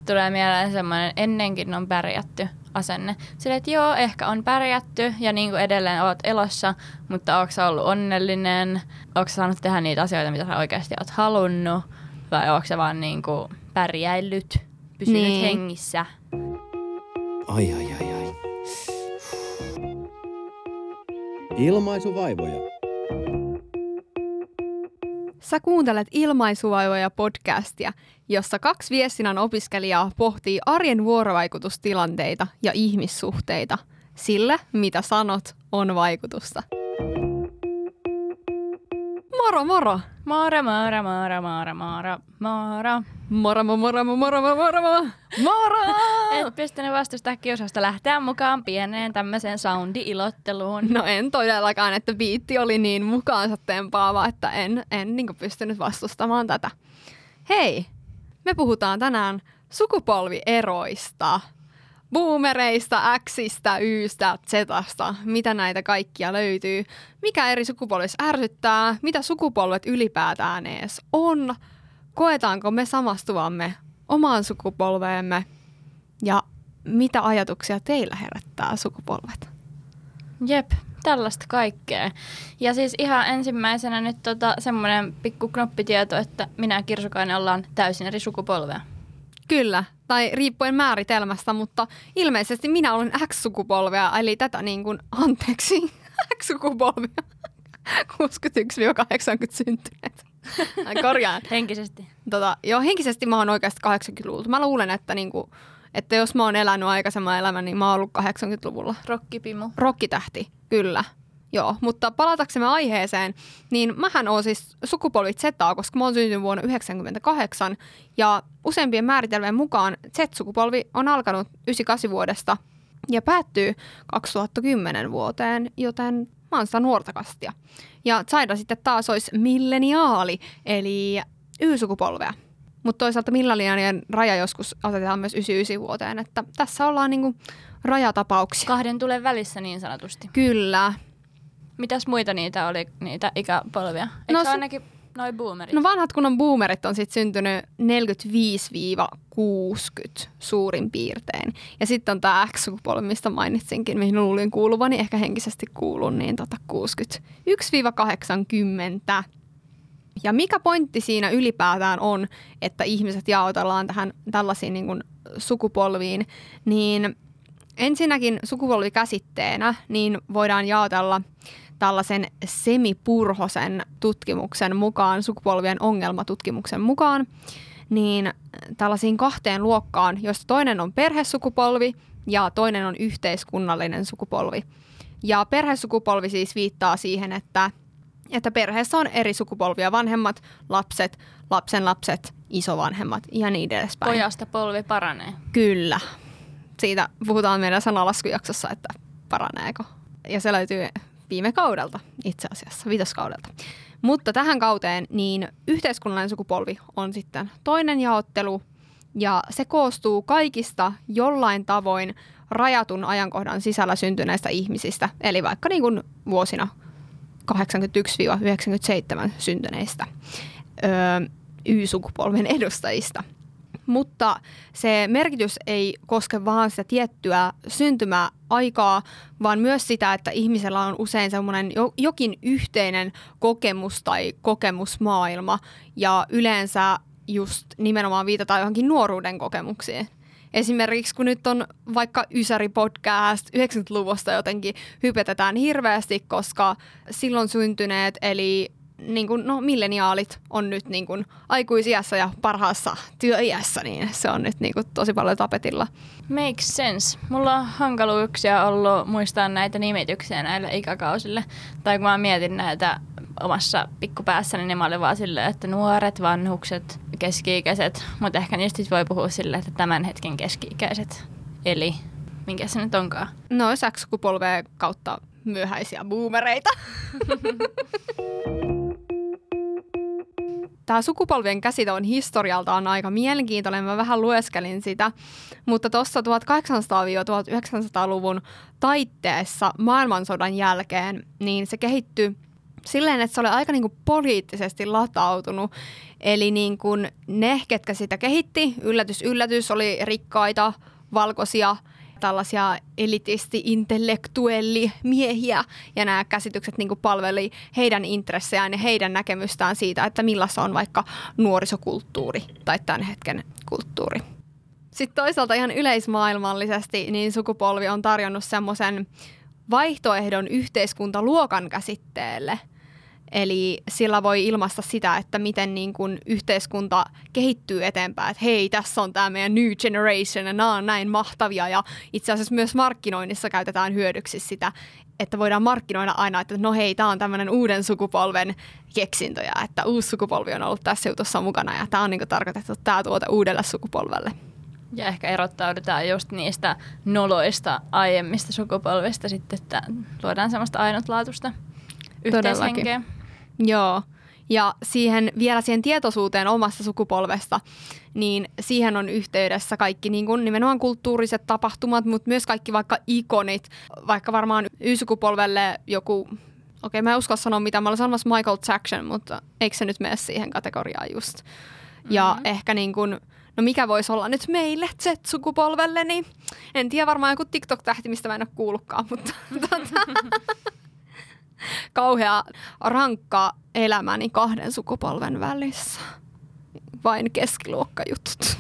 Tulee mieleen semmoinen ennenkin on pärjätty asenne. Silleen, että joo, ehkä on pärjätty ja niin kuin edelleen oot elossa, mutta ootko sä ollut onnellinen? Ootko sä saanut tehdä niitä asioita, mitä sä oikeasti oot halunnut? Vai ootko sä vaan niin kuin pärjäillyt, pysynyt hengissä? Ai. Ilmaisuvaivoja. Sä kuuntelet Ilmaisuvaivoja podcastia, jossa 2 viestinnän opiskelijaa pohtii arjen vuorovaikutustilanteita ja ihmissuhteita. Sillä, mitä sanot, on vaikutusta. Moro moro! Moro. Moro! Et pystynyt vastustaa kiusausta lähteä mukaan pieneen tämmöiseen soundi-ilotteluun. No en todellakaan, että biitti oli niin mukaansa tempaava, että en niin pystynyt vastustamaan tätä. Hei, me puhutaan tänään sukupolvieroista. Boomereista, Xistä, Ystä, Zstä, mitä näitä kaikkia löytyy, mikä eri sukupolvissa ärsyttää, mitä sukupolvet ylipäätään edes on, koetaanko me samastuvamme omaan sukupolveemme ja mitä ajatuksia teillä herättää sukupolvet? Jep, tällaista kaikkea. Ja siis ihan ensimmäisenä nyt semmoinen pikku knoppitieto, että minä ja Kirsukainen ollaan täysin eri sukupolvea. Kyllä, tai riippuen määritelmästä, mutta ilmeisesti minä olen X-sukupolvea, eli tätä niin kuin, anteeksi, X-sukupolvea, 61-80 syntyneet. Korjaan. Henkisesti. Joo, henkisesti mä oon oikeasti 80-luvulta. Mä luulen, että, niin kuin, että jos mä oon elänyt aikaisemman elämän, niin mä oon ollut 80-luvulla. Rokkipimu. Rokkitähti, kyllä. Joo, mutta palataksemme aiheeseen, niin mähän oon siis sukupolvi Z:aa, koska mä oon syntynyt vuonna 1998 ja useimpien määritelmien mukaan Z-sukupolvi on alkanut 98 vuodesta ja päättyy 2010 vuoteen, joten mä oon sitä nuorta kastia. Ja Zaida sitten taas olisi milleniaali, eli Y-sukupolvea. Mutta toisaalta milleniaalien raja joskus asetetaan myös 99 vuoteen, että tässä ollaan niinku rajatapauksia. 2 tulen välissä niin sanotusti. Kyllä. Mitäs muita niitä oli, niitä ikäpolvia? Eikö ainakin noi boomerit? No vanhat kunnon boomerit on sitten syntynyt 45-60 suurin piirtein. Ja sitten on tämä X-sukupolvi, mistä mainitsinkin, mihin luulin kuuluvani, ehkä henkisesti kuulun, niin 61-80. Ja mikä pointti siinä ylipäätään on, että ihmiset jaotellaan tähän tällaisiin niin kuin sukupolviin, niin ensinnäkin sukupolvikäsitteenä niin voidaan jaotella tällaisen semipurhosen tutkimuksen mukaan, sukupolvien ongelmatutkimuksen mukaan, niin tällaisiin 2 luokkaan, joista toinen on perhesukupolvi ja toinen on yhteiskunnallinen sukupolvi. Ja perhesukupolvi siis viittaa siihen, että perheessä on eri sukupolvia, vanhemmat, lapset, lapsenlapset, isovanhemmat ja niin edespäin. Pojasta polvi paranee. Kyllä. Siitä puhutaan meidän sanalaskujjaksossa, että paraneeko. Ja se löytyy viime kaudelta, itse asiassa, 5. kaudelta. Mutta tähän kauteen niin yhteiskunnallinen sukupolvi on sitten toinen jaottelu ja se koostuu kaikista jollain tavoin rajatun ajankohdan sisällä syntyneistä ihmisistä, eli vaikka niin kuin vuosina 81-97 syntyneistä Y-sukupolven edustajista. Mutta se merkitys ei koske vaan sitä tiettyä syntymäaikaa, vaan myös sitä, että ihmisellä on usein semmoinen jokin yhteinen kokemus tai kokemusmaailma ja yleensä just nimenomaan viitataan johonkin nuoruuden kokemuksiin. Esimerkiksi kun nyt on vaikka Ysäri-podcast 90-luvusta jotenkin hypetetään hirveästi, koska silloin syntyneet eli niin kuin, milleniaalit on nyt niin kuin aikuisiässä ja parhaassa työiässä, niin se on nyt niin kuin tosi paljon tapetilla. Makes sense. Mulla on hankaluuksia ollut muistaa näitä nimityksiä näille ikäkausille. Tai kun mä mietin näitä omassa pikkupäässäni, niin mä olin vaan silleen, että nuoret, vanhukset, keski-ikäiset. Mutta ehkä niistä voi puhua silleen, että tämän hetken keski-ikäiset. Eli minkä se nyt onkaan? No X-sukupolvea kautta myöhäisiä boomereita. Tämä sukupolvien käsite on historialtaan aika mielenkiintoinen. Mä vähän lueskelin sitä, mutta tuossa 1800-1900-luvun taitteessa maailmansodan jälkeen niin se kehittyi silleen, että se oli aika niin kuin poliittisesti latautunut. Eli niin kuin ne, ketkä sitä kehitti, yllätys, oli rikkaita, valkoisia, tällaisia elitisti-intellektuellimiehiä. Ja nämä käsitykset niin kuin palveli heidän intressejään ja heidän näkemystään siitä, että millaista on vaikka nuorisokulttuuri tai tämän hetken kulttuuri. Sitten toisaalta ihan yleismaailmallisesti niin sukupolvi on tarjonnut semmoisen vaihtoehdon yhteiskuntaluokan käsitteelle. Eli sillä voi ilmaista sitä, että miten niin kuin yhteiskunta kehittyy eteenpäin. Että hei, tässä on tämä meidän new generation ja nämä on näin mahtavia. Ja itse asiassa myös markkinoinnissa käytetään hyödyksi sitä, että voidaan markkinoida aina, että no hei, tämä on tämmöinen uuden sukupolven keksintöjä. Että uusi sukupolvi on ollut tässä jutussa mukana ja tämä on niin kuin tarkoitettu tämä tuote uudelle sukupolvelle. Ja ehkä erottaudutaan just niistä noloista aiemmista sukupolvista sitten, että luodaan semmoista ainutlaatuista yhteishenkeä. Joo, ja vielä siihen tietoisuuteen omasta sukupolvesta, niin siihen on yhteydessä kaikki niin kuin nimenomaan kulttuuriset tapahtumat, mutta myös kaikki vaikka ikonit, vaikka varmaan Y-sukupolvelle joku, mä en usko sanoa mitä, mä olen sanomassa Michael Jackson, mutta eikö se nyt mene siihen kategoriaan just. Ja ehkä niin kuin, no mikä voisi olla nyt meille Z-sukupolvelle, niin en tiedä, varmaan joku TikTok-tähti, mistä mä en ole kuullutkaan, mutta kauhea rankka elämäni 2 sukupolven välissä. Vain keskiluokkajutut.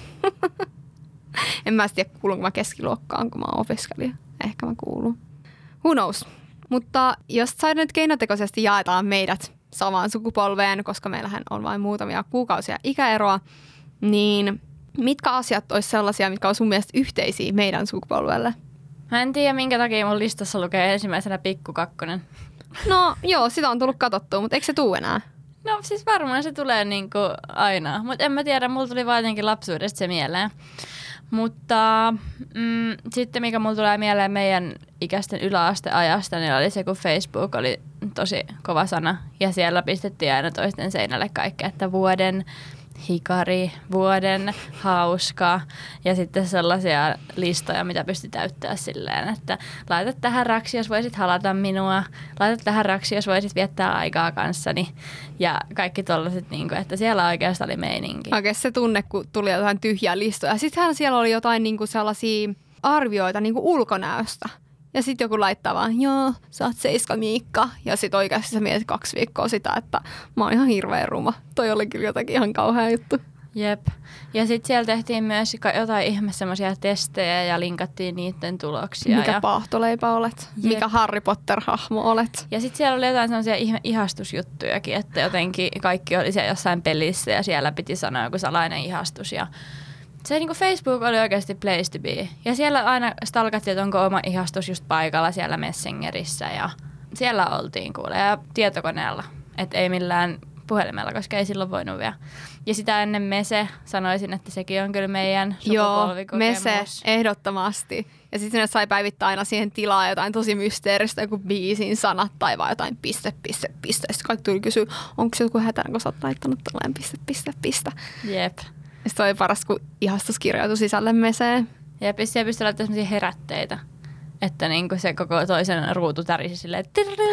En mä tiedä, kuulunko mä keskiluokkaan, kun mä oon opiskelija. Ehkä mä kuulun. Who knows? Mutta jos nyt keinotekoisesti jaetaan meidät samaan sukupolveen, koska meillähän on vain muutamia kuukausia ikäeroa, niin mitkä asiat olisi sellaisia, mitkä on sun mielestä yhteisiä meidän sukupolvelle? Mä en tiedä, minkä takia mun listassa lukee ensimmäisenä Pikku Kakkonen. No joo, sitä on tullut katsottua, mutta eikö se tule enää? No siis varmaan se tulee niinku aina, mutta en mä tiedä, mulla tuli vaan jotenkin lapsuudesta se mieleen. Mutta sitten mikä mulla tulee mieleen meidän ikäisten yläasteajasta, niin oli se, kun Facebook oli tosi kova sana. Ja siellä pistettiin aina toisten seinälle kaikkea, että vuoden hikari, vuoden hauska ja sitten sellaisia listoja, mitä pystyi täyttämään silleen, että laita tähän raksi, jos voisit halata minua, laita tähän raksi, jos voisit viettää aikaa kanssani ja kaikki tollaiset, että siellä oikeastaan oli meininki. Oikein se tunne, kun tuli jotain tyhjää listoja. Sittenhän siellä oli jotain sellaisia arvioita ulkonäöstä. Ja sitten joku laittaa vaan, joo, sä oot 7 Miikka. Ja sitten oikeasti sä mietit 2 viikkoa sitä, että mä oon ihan hirveän ruma. Toi oli kyllä jotakin ihan kauhea juttu. Jep. Ja sitten siellä tehtiin myös jotain ihme semmoisia testejä ja linkattiin niiden tuloksia. Mikä paahtoleipä olet? Jep. Mikä Harry Potter-hahmo olet? Ja sitten siellä oli jotain semmoisia ihastusjuttujakin, että jotenkin kaikki oli siellä jossain pelissä ja siellä piti sanoa joku salainen ihastus ja se Facebook oli oikeasti place to be. Ja siellä aina stalkattiin, että onko oma ihastus just paikalla siellä Messengerissä. Ja siellä oltiin kuule ja tietokoneella. Että ei millään puhelimella, koska ei silloin voinut vielä. Ja sitä ennen Mese, sanoisin, että sekin on kyllä meidän sukupolvikokemus. Joo, Mese, ehdottomasti. Ja sitten ne sai päivittää aina siihen tilaa jotain tosi mysteeristä, joku biisin sanat tai vaan jotain piste. Ja sitten kaikki tuli kysyä, onko se joku hätänä, kun sä oot laittanut tällainen piste. Jep. Ja sitten oli paras, kun ihastus kirjoitui sisälle Meseen. Jep, ja siellä pystyi laittamaan sellaisia herätteitä, että niinku se koko toisen ruutu tärisi silleen.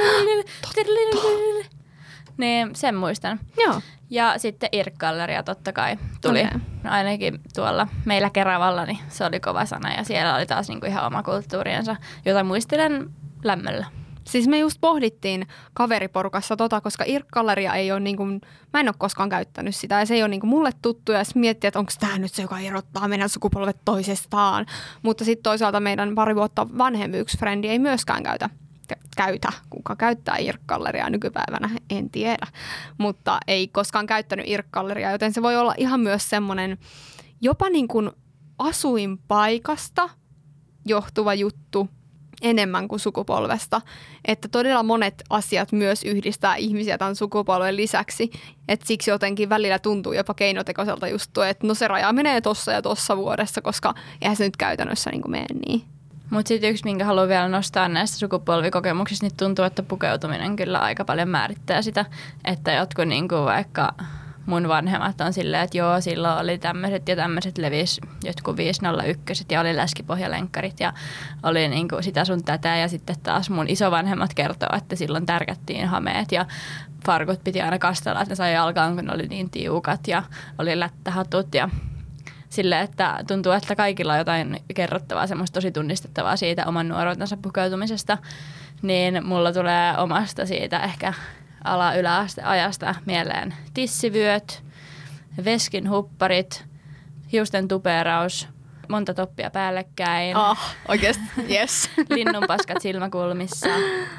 Niin, sen muistan. Joo. Ja sitten Irk-galleria totta kai tuli. Okay. No ainakin tuolla meillä Keravalla, niin se oli kova sana. Ja siellä oli taas niinku ihan oma kulttuuriensa, jota muistelen lämmöllä. Siis me just pohdittiin kaveriporukassa koska Irk-galleria ei ole mä en ole koskaan käyttänyt sitä ja se ei ole mulle tuttu ja sitten miettii, että onko tämä nyt se, joka erottaa meidän sukupolvet toisestaan. Mutta sitten toisaalta meidän pari vuotta vanhempi yksi frendi ei myöskään kuka käyttää Irk-galleriaa nykypäivänä, en tiedä. Mutta ei koskaan käyttänyt Irk-galleriaa, joten se voi olla ihan myös semmoinen jopa asuinpaikasta johtuva juttu enemmän kuin sukupolvesta. Että todella monet asiat myös yhdistää ihmisiä tämän sukupolven lisäksi. Että siksi jotenkin välillä tuntuu jopa keinotekoiselta just tuo, että no se raja menee tossa ja tossa vuodessa, koska eihän se nyt käytännössä mene niin. Mutta sitten yksi, minkä haluan vielä nostaa näistä sukupolvikokemuksista, niin tuntuu, että pukeutuminen kyllä aika paljon määrittää sitä, että jotkut vaikka mun vanhemmat on silleen, että joo, silloin oli tämmöiset ja tämmöiset levis jotkut 501 ja oli läskipohjalenkkarit ja oli niinku sitä sun tätä. Ja sitten taas mun isovanhemmat kertoo, että silloin tärkättiin hameet ja farkut piti aina kastella, että ne sai jalkaan, kun ne oli niin tiukat ja oli lättähatut ja silleen, että tuntuu, että kaikilla on jotain kerrottavaa, semmoista tosi tunnistettavaa siitä oman nuoruutensa pukeutumisesta, niin mulla tulee omasta siitä ehkä ala-yläasteajasta mieleen tissivyöt, veskin hupparit, hiusten tuperaus, monta toppia päällekkäin. Oikeesti, yes. Linnunpaskat silmäkulmissa,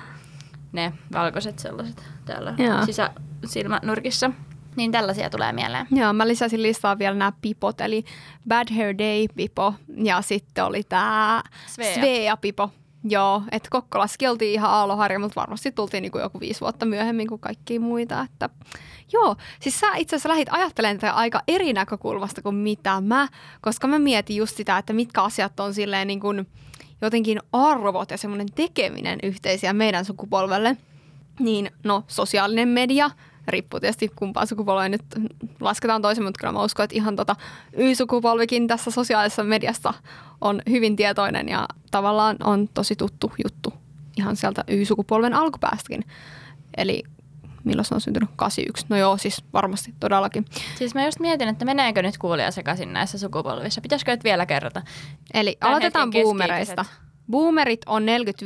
ne valkoiset sellaiset täällä sisäsilmänurkissa. Niin tällaisia tulee mieleen. Joo, mä lisäsin listaan vielä nämä pipot, eli Bad Hair Day pipo ja sitten oli tää Svea pipo. Joo, että Kokkolassakin oltiin ihan aaloharja, mutta varmasti tultiin niin kuin joku 5 vuotta myöhemmin kuin kaikki muita. Että joo, siis sä itse asiassa lähdit ajattelemaan tätä aika eri näkökulmasta kuin mitä mä, koska mä mietin just sitä, että mitkä asiat on silleen niin kuin jotenkin arvot ja semmoinen tekeminen yhteisiä meidän sukupolvelle. Niin no, sosiaalinen media, riippuu tietysti kumpaan sukupolveen nyt lasketaan toisen, mutta kyllä mä uskon, että ihan Y-sukupolvikin tässä sosiaalisessa mediassa on hyvin tietoinen ja tavallaan on tosi tuttu juttu ihan sieltä Y-sukupolven alkupäästäkin. Eli milloin se on syntynyt? 81. No joo, siis varmasti todellakin. Siis mä just mietin, että meneekö nyt kuulija sekaisin näissä sukupolvissa. Pitäisikö nyt vielä kerrata? Eli aloitetaan boomereista. Boomerit on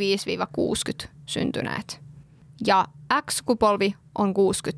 45-60 syntyneet. Ja X-sukupolvi on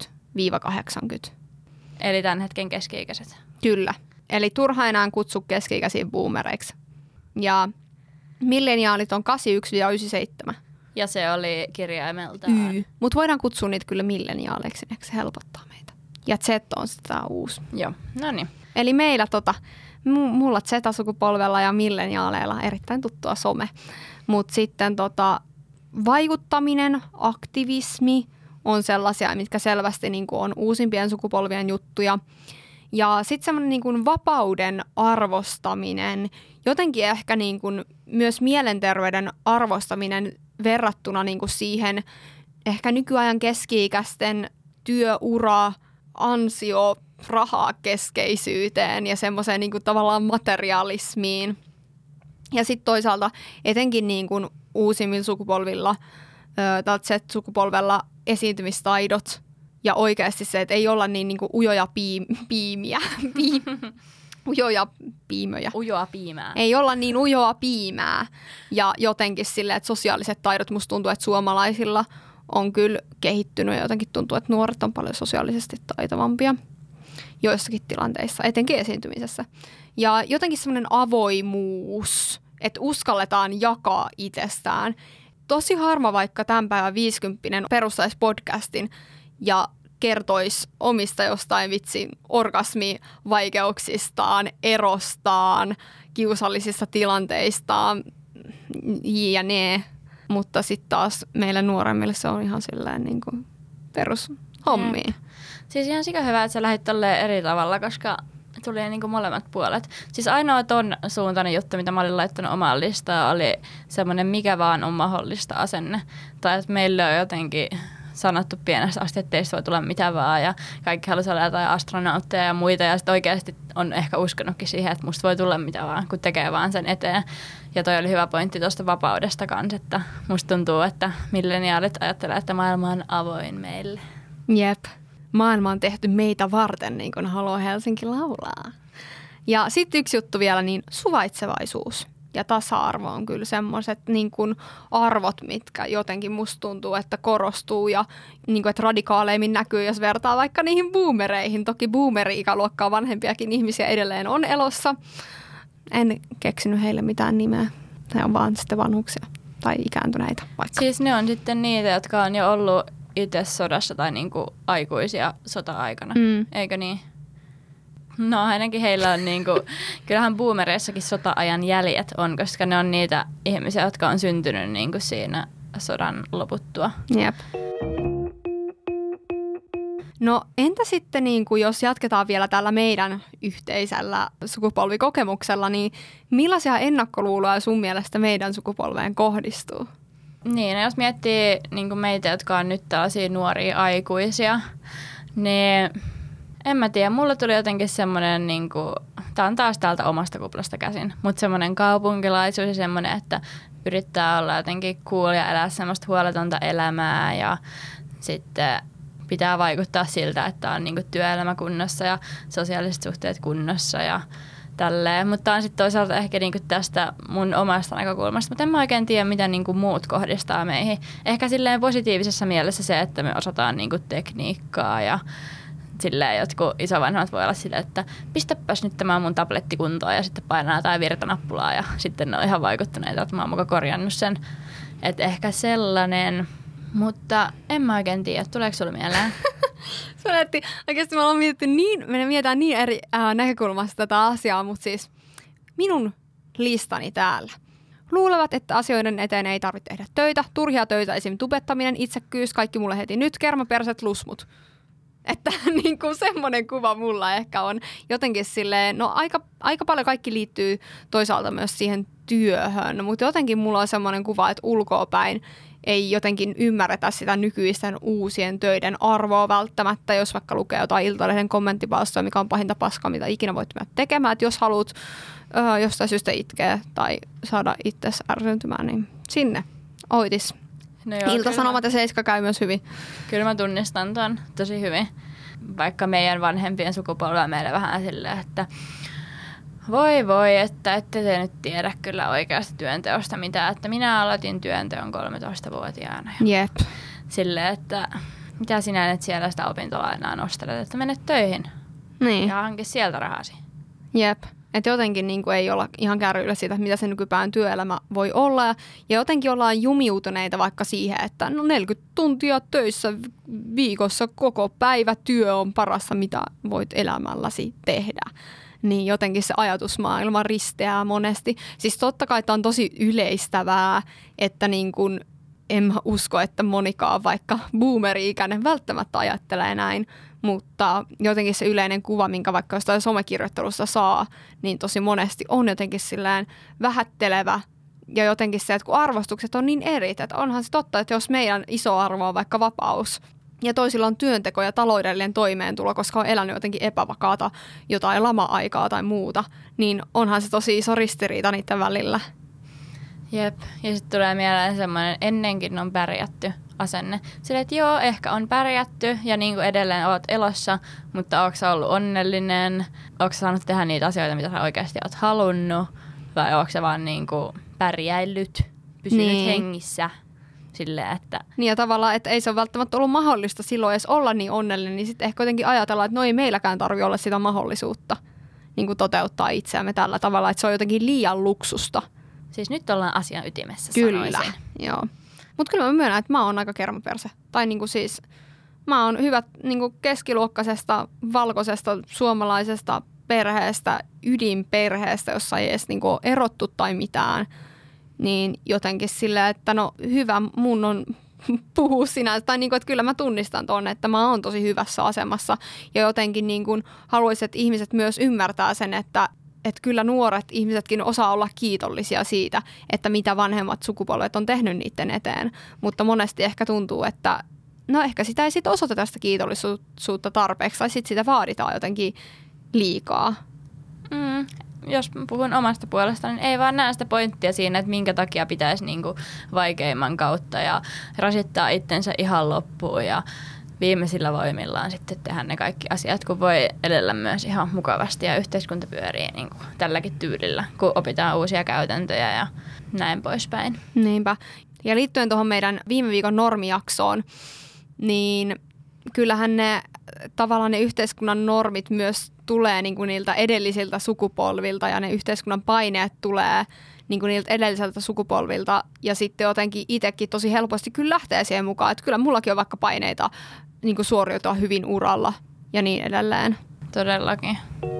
60-80. Eli tämän hetken keski-ikäiset. Kyllä. Eli turha enää kutsu keski-ikäisiä boomereiksi. Ja milleniaalit on 81-97. Ja se oli kirjaimeltaan. Mutta voidaan kutsua niitä kyllä milleniaaleiksi, eikö se helpottaa meitä. Ja Z on sitä uusi. Joo, no niin. Eli meillä mulla Z-sukupolvella ja milleniaaleilla erittäin tuttua some. Mutta sitten vaikuttaminen, aktivismi on sellaisia, mitkä selvästi niin kuin on uusimpien sukupolvien juttuja. Ja sitten semmoinen niin kuin vapauden arvostaminen, jotenkin ehkä niin kuin myös mielenterveyden arvostaminen verrattuna niin kuin siihen ehkä nykyajan keski-ikäisten työura, ansio, rahaa keskeisyyteen ja semmoiseen niin kuin tavallaan materialismiin. Ja sitten toisaalta etenkin niin kuin uusimmilla sukupolvilla tai Z-sukupolvella esiintymistaidot ja oikeasti se, että ei olla niin kuin ujoja piimiä. Ujoja piimöjä. Ujoa piimää. Ei olla niin ujoa piimää. Ja jotenkin silleen, että sosiaaliset taidot, musta tuntuu, että suomalaisilla on kyllä kehittynyt ja jotenkin tuntuu, että nuoret on paljon sosiaalisesti taitavampia joissakin tilanteissa, etenkin esiintymisessä. Ja jotenkin semmoinen avoimuus, että uskalletaan jakaa itsestään. Tosi harma, vaikka tämän päivän 50 perustaisi podcastin ja kertoisi omista jostain vitsin orgasmivaikeuksistaan, erostaan, kiusallisista tilanteistaan jne. Mutta sitten taas meille nuoremmille se on ihan silleen niin kuin perushommia. Siis ihan sika hyvä, että sä lähdit tolleen eri tavalla, koska tuli niin kuin molemmat puolet. Siis ainoa ton suuntainen juttu, mitä mä olin laittanut omaan listaan, oli semmoinen mikä vaan on mahdollista asenne. Tai että meille on jotenkin sanottu pienestä asti, että teistä voi tulla mitä vaan ja kaikki haluaisi olla jotain astronautteja ja muita ja sitten oikeasti on ehkä uskonutkin siihen, että musta voi tulla mitä vaan, kun tekee vaan sen eteen. Ja toi oli hyvä pointti tuosta vapaudesta kanssa, että musta tuntuu, että milleniaalit ajattelee, että maailma on avoin meille. Jep. Maailma on tehty meitä varten, niin kuin haluaa Helsinki laulaa. Ja sitten yksi juttu vielä, niin suvaitsevaisuus ja tasa-arvo on kyllä semmoiset niin kuin arvot, mitkä jotenkin musta tuntuu, että korostuu ja niin kuin, että radikaaleimmin näkyy, jos vertaa vaikka niihin boomereihin. Toki boomeri-ikäluokkaa vanhempiakin ihmisiä edelleen on elossa. En keksinyt heille mitään nimeä. He on vaan sitten vanhuksia tai ikääntyneitä vaikka. Siis ne on sitten niitä, jotka on jo ollut itse sodassa tai niinku aikuisia sota-aikana, eikö niin? No ainakin heillä on niinku, kyllähän boomereissakin sota-ajan jäljet on, koska ne on niitä ihmisiä, jotka on syntynyt niinku siinä sodan loputtua. Jep. No entä sitten, niin kuin jos jatketaan vielä tällä meidän yhteisellä sukupolvikokemuksella, niin millaisia ennakkoluuloja sun mielestä meidän sukupolveen kohdistuu? Niin, jos miettii niin kuin meitä, jotka on nyt tällaisia nuoria aikuisia, niin En mä tiedä, mulla tuli jotenkin semmoinen, niinku, tää on taas täältä omasta kuplasta käsin, mutta semmoinen kaupunkilaisuus ja semmoinen, että yrittää olla jotenkin cool ja elää semmoista huoletonta elämää ja sitten pitää vaikuttaa siltä, että on niinku työelämä kunnossa ja sosiaaliset suhteet kunnossa ja tälleen. Mutta on sitten toisaalta ehkä niinku tästä mun omasta näkökulmasta, mutta en mä oikein tiedä, mitä niinku muut kohdistaa meihin. Ehkä silleen positiivisessa mielessä se, että me osataan niinku tekniikkaa ja silleen jotkut isovanhemmat voi olla silleen, että pistäpäs nyt tämä mun tabletti kuntoon ja sitten painaa jotain virtanappulaa ja sitten ne on ihan vaikuttuneita, että mä oon muka korjannut sen. Että ehkä sellainen, mutta en mä oikein tiedä, tuleeko sulla mieleen? Oikeasti me mietitään niin eri näkökulmasta tätä asiaa, mutta siis minun listani täällä. Luulevat, että asioiden eteen ei tarvitse tehdä töitä, turhia töitä, esim. Tubettaminen, itsekkyys, kaikki mulle heti nyt, kermaperset, lusmut. Että niin kuin semmoinen kuva mulla ehkä on jotenkin silleen, no aika paljon kaikki liittyy toisaalta myös siihen työhön, mutta jotenkin mulla on semmoinen kuva, että ulkoapäin ei jotenkin ymmärretä sitä nykyisten uusien töiden arvoa välttämättä, jos vaikka lukee jotain Iltalehden kommenttipalstoa, mikä on pahinta paskaa, mitä ikinä voit mennä tekemään. Että jos haluat jostain syystä itkeä tai saada itsesi ärsyyntymään, niin sinne oitis. No joo, Ilta-Sanomat ja Seiska käy myös hyvin. Kyllä mä tunnistan ton tosi hyvin. Vaikka meidän vanhempien sukupolvella on meille vähän silleen, että voi, että ette te nyt tiedä kyllä oikeasta työnteosta mitään. Että minä aloitin työnteon 13-vuotiaana. Jep. Silleen, että mitä sinä nyt siellä sitä opintolainaa nostelet, että menet töihin Niin. ja hanki sieltä rahasi. Jep. Että jotenkin niin kuin ei olla ihan kärryillä siitä, mitä se nykypäivän työelämä voi olla. Ja jotenkin ollaan jumiutuneita vaikka siihen, että no 40 tuntia töissä viikossa koko päivä työ on parasta, mitä voit elämälläsi tehdä. Niin jotenkin se ajatusmaailma risteää monesti. Siis totta kai tämä on tosi yleistävää, että niin kuin en mä usko, että monikaan vaikka boomeri-ikäinen välttämättä ajattelee näin, mutta jotenkin se yleinen kuva, minkä vaikka jostain somekirjoittelusta saa, niin tosi monesti on jotenkin silleen vähättelevä ja jotenkin se, että kun arvostukset on niin eri, että onhan se totta, että jos meidän iso arvo on vaikka vapaus ja toisilla on työnteko ja taloudellinen toimeentulo, koska on elänyt jotenkin epävakaata jotain lama-aikaa tai muuta, niin onhan se tosi iso ristiriita niiden välillä. Jep, ja sitten tulee mieleen semmoinen, ennenkin on pärjätty asenne. Sille, että joo, ehkä on pärjätty ja niin kuin edelleen oot elossa, mutta ootko sä ollut onnellinen? Ootko sä saanut tehdä niitä asioita, mitä sä oikeasti oot halunnut? Vai ootko sä vaan niin kuin pärjäillyt, pysynyt niin hengissä? Silleen, että niin ja tavallaan, että ei se ole välttämättä ollut mahdollista silloin edes olla niin onnellinen, niin sitten ehkä jotenkin ajatellaan, että no ei meilläkään tarvitse olla sitä mahdollisuutta niin kuin toteuttaa itseämme tällä tavalla, että se on jotenkin liian luksusta. siis nyt ollaan asian ytimessä, Kyllä, sanoisin. joo. Mutta kyllä mä myönnän, että mä oon aika kermaperse. Tai niinku siis, mä oon hyvä niinku keskiluokkaisesta, valkoisesta, suomalaisesta perheestä, ydinperheestä, jossa ei edes niinku ole erottu tai mitään. Niin jotenkin silleen, että no hyvä mun on puhua sinä. Tai niinku, että kyllä mä tunnistan tuonne, että mä oon tosi hyvässä asemassa. Ja jotenkin niinku haluaisin, että ihmiset myös ymmärtää sen, että kyllä nuoret ihmisetkin osaa olla kiitollisia siitä, että mitä vanhemmat sukupolvet on tehnyt niiden eteen. Mutta monesti ehkä tuntuu, että no ehkä sitä ei sitten osoiteta sitä kiitollisuutta tarpeeksi tai sitten sitä vaaditaan jotenkin liikaa. Jos puhun omasta puolesta, niin ei vaan näe sitä pointtia siinä, että minkä takia pitäisi niinku vaikeimman kautta ja rasittaa itsensä ihan loppuun ja viimeisillä voimillaan sitten tehdä ne kaikki asiat, kun voi edellä myös ihan mukavasti ja yhteiskunta pyörii niin kuin tälläkin tyylillä, kun opitaan uusia käytäntöjä ja näin poispäin. Niinpä. Ja liittyen tuohon meidän viime viikon normijaksoon, niin kyllähän ne tavallaan ne yhteiskunnan normit myös tulee niin kuin niiltä edellisiltä sukupolvilta ja ne yhteiskunnan paineet tulee niin kuin niiltä edelliseltä sukupolvilta ja sitten jotenkin itsekin tosi helposti kyllä lähtee siihen mukaan, että kyllä mullakin on vaikka paineita niin kuin suoriutua hyvin uralla ja niin edelleen. Todellakin.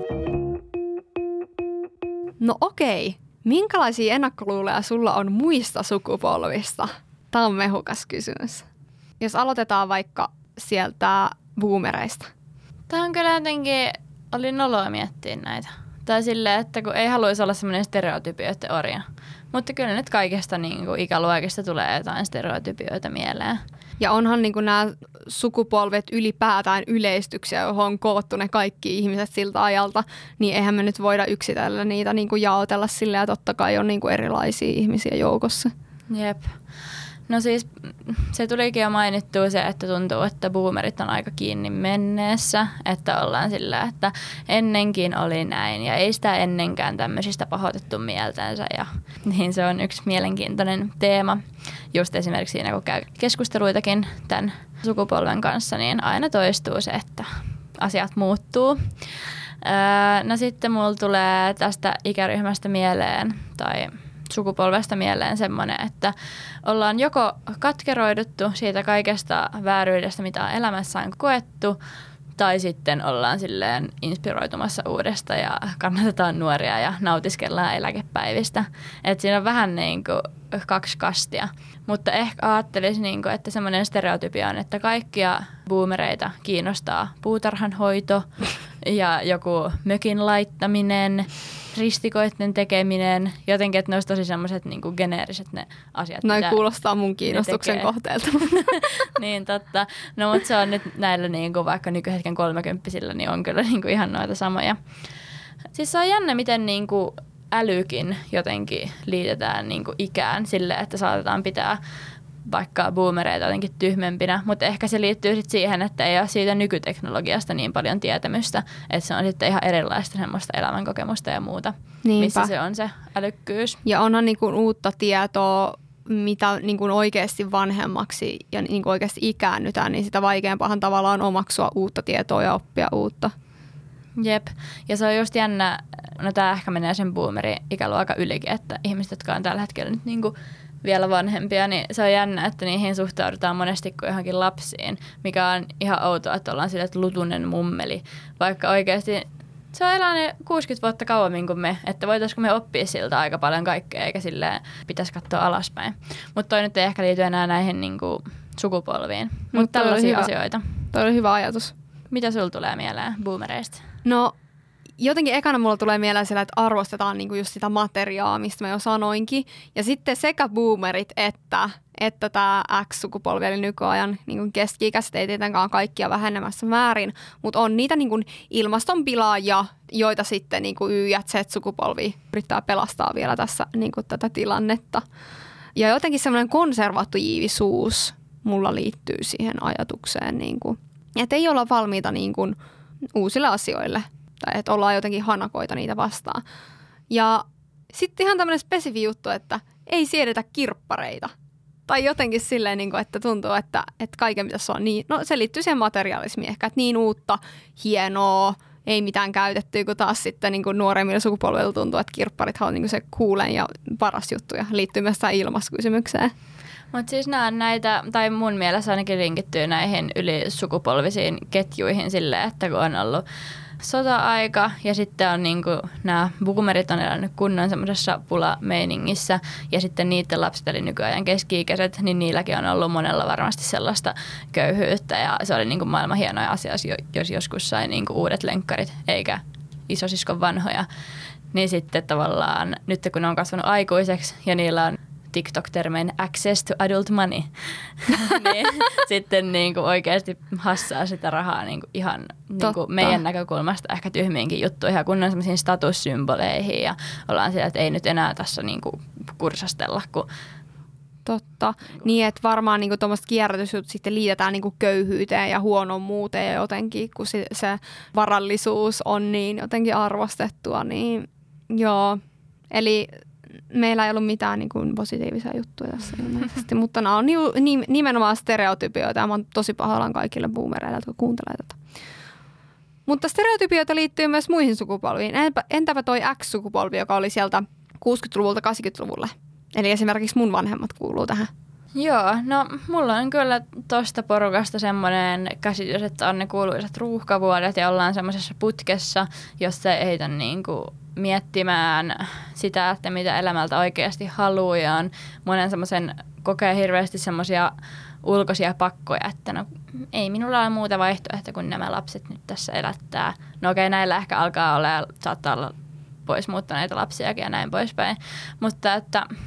No okei, minkälaisia ennakkoluuloja sulla on muista sukupolvista? Tämä on mehukas kysymys. Jos aloitetaan vaikka sieltä boomereista. Tämä on kyllä jotenkin, oli noloa miettiä näitä. Tai silleen, että kun ei haluaisi olla semmoinen stereotypioiden orja. Mutta kyllä nyt kaikesta niin kuin ikäluokista tulee jotain stereotypioita mieleen. Ja onhan niin nämä sukupolvet ylipäätään yleistyksiä, johon on koottu ne kaikki ihmiset siltä ajalta, niin eihän me nyt voida yksitellä niitä niin kuin jaotella silleen, ja totta kai on niin kuin erilaisia ihmisiä joukossa. Jep. No siis se tulikin jo mainittua se, että tuntuu, että boomerit on aika kiinni menneessä, että ollaan sillä, että ennenkin oli näin ja ei sitä ennenkään tämmöisistä pahoitettu mieltänsä. Ja niin se on yksi mielenkiintoinen teema. Just esimerkiksi siinä, kun käy keskusteluitakin tämän sukupolven kanssa, niin aina toistuu se, että asiat muuttuu. No sitten mulla tulee tästä ikäryhmästä mieleen tai sukupolvesta mieleen semmoinen, että ollaan joko katkeroiduttu siitä kaikesta vääryydestä, mitä on elämässään koettu, tai sitten ollaan silleen inspiroitumassa uudesta ja kannatetaan nuoria ja nautiskellaan eläkepäivistä. Et siinä on vähän niin kuin kaksi kastia. Mutta ehkä ajattelisin, niin kuin, että semmoinen stereotypia on, että kaikkia boomereita kiinnostaa puutarhanhoito ja joku mökin laittaminen, ristikoiden tekeminen, jotenkin, että ne olisi tosi semmoiset niin kuin geneeriset ne asiat. Noin kuulostaa mun kiinnostuksen kohteelta. Niin totta. No mutta se on nyt näillä niin kuin vaikka nykyhetken 30-sillä, niin on kyllä niin kuin ihan noita samoja. Siis se on jännä, miten niin kuin älykin jotenkin liitetään niin kuin ikään sille, että saatetaan pitää vaikka boomereita jotenkin tyhmempinä, mutta ehkä se liittyy sitten siihen, että ei ole siitä nykyteknologiasta niin paljon tietämystä, että se on sitten ihan erilaista semmoista elämänkokemusta ja muuta, Niinpä. Missä se on se älykkyys. Ja onhan niin kuin uutta tietoa, mitä niin kuin oikeasti vanhemmaksi ja niin kuin oikeasti ikäännytään, niin sitä vaikeampahan tavallaan omaksua uutta tietoa ja oppia uutta. Jep. Ja se on just jännä, no tämä ehkä menee sen boomeri-ikäluokan ylikin, että ihmiset, jotka on tällä hetkellä nyt niin kuin vielä vanhempia, niin se on jännä, että niihin suhtaudutaan monesti kuin johonkin lapsiin, mikä on ihan outoa, että ollaan sille, että lutunen mummeli, vaikka oikeasti se on elänyt 60 vuotta kauemmin kuin me, että voitaisiinko me oppia siltä aika paljon kaikkea, eikä silleen pitäisi katsoa alaspäin. Mutta toi nyt ei ehkä liity enää näihin niinku sukupolviin, mutta tällaisia asioita. Toi oli hyvä ajatus. Mitä sulla tulee mieleen boomereista? No jotenkin ekana mulla tulee mieleen siellä, että arvostetaan niinku just sitä materiaa, mistä mä jo sanoinkin. Ja sitten sekä boomerit että tämä X-sukupolvi, eli nykyajan niin keski-ikäiset, ei tietenkään kaikkia vähenemässä määrin, mutta on niitä niin ilmastonpilaajia, joita sitten niin Y- ja Z-sukupolvi yrittää pelastaa vielä tässä niin tätä tilannetta. Ja jotenkin semmoinen konservatiivisuus mulla liittyy siihen ajatukseen, niin kuin, että ei olla valmiita niin kuin uusille asioille tai että ollaan jotenkin hanakoita niitä vastaan. Ja sitten ihan tämmöinen spesifi juttu, että ei siedetä kirppareita. Tai jotenkin silleen, että tuntuu, että kaiken pitäisi olla niin, no se liittyy siihen materiaalismiin ehkä, että niin uutta, hienoa, ei mitään käytettyä, kun taas sitten niin kuin nuoremmilla sukupolvilla tuntuu, että kirpparithan on niin kuin se coolen ja paras juttu ja liittyy myös tähän ilmaskysymykseen. Mutta siis näitä, tai mun mielestä ainakin linkittyy näihin ylisukupolvisiin ketjuihin silleen, että kun on ollut sota-aika ja sitten on niinku, nämä boomerit on elänyt kunnon semmoisessa pulameiningissä ja sitten niiden lapset eli nykyajan keski-ikäiset, niin niilläkin on ollut monella varmasti sellaista köyhyyttä ja se oli niinku maailman hienoja asia, jos joskus sai niinku uudet lenkkarit eikä isosiskon vanhoja. Niin sitten tavallaan nyt kun ne on kasvanut aikuiseksi ja niillä on TikTok-termein access to adult money, niin sitten niinku oikeasti hassaa sitä rahaa niinku ihan niinku meidän näkökulmasta ehkä tyhmiinkin juttuihin ja kunnon semmoisiin statussymboleihin ja ollaan siellä, että ei nyt enää tässä niinku kursastella. Totta. Niin, että varmaan niinku tuommoiset kierrätysjutut sitten liitetään niinku köyhyyteen ja huonommuuteen ja jotenkin, kun se varallisuus on niin jotenkin arvostettua, niin joo. Eli meillä ei ollut mitään niin kuin positiivisia juttuja tässä ilmeisesti, mutta nämä on nimenomaan stereotypioita ja mä oon tosi pahoillaan kaikille boomereille, jotka kuuntelee tätä. Mutta stereotypioita liittyy myös muihin sukupolviin. Entäpä toi X-sukupolvi, joka oli sieltä 60-luvulta 80-luvulle? Eli esimerkiksi mun vanhemmat kuuluu tähän. Joo, no mulla on kyllä tosta porukasta semmoinen käsitys, että on ne kuuluisat ruuhkavuodet ja ollaan semmoisessa putkessa, jossa ei heitä niinku miettimään sitä, että mitä elämältä oikeasti haluaa ja on monen semmoisen kokee hirveästi semmoisia ulkoisia pakkoja, että no ei minulla ole muuta vaihtoehtoa kuin nämä lapset nyt tässä elättää. No okei, näillä ehkä alkaa olla ja saattaa olla pois muuttaneita lapsiakin ja näin poispäin, mutta että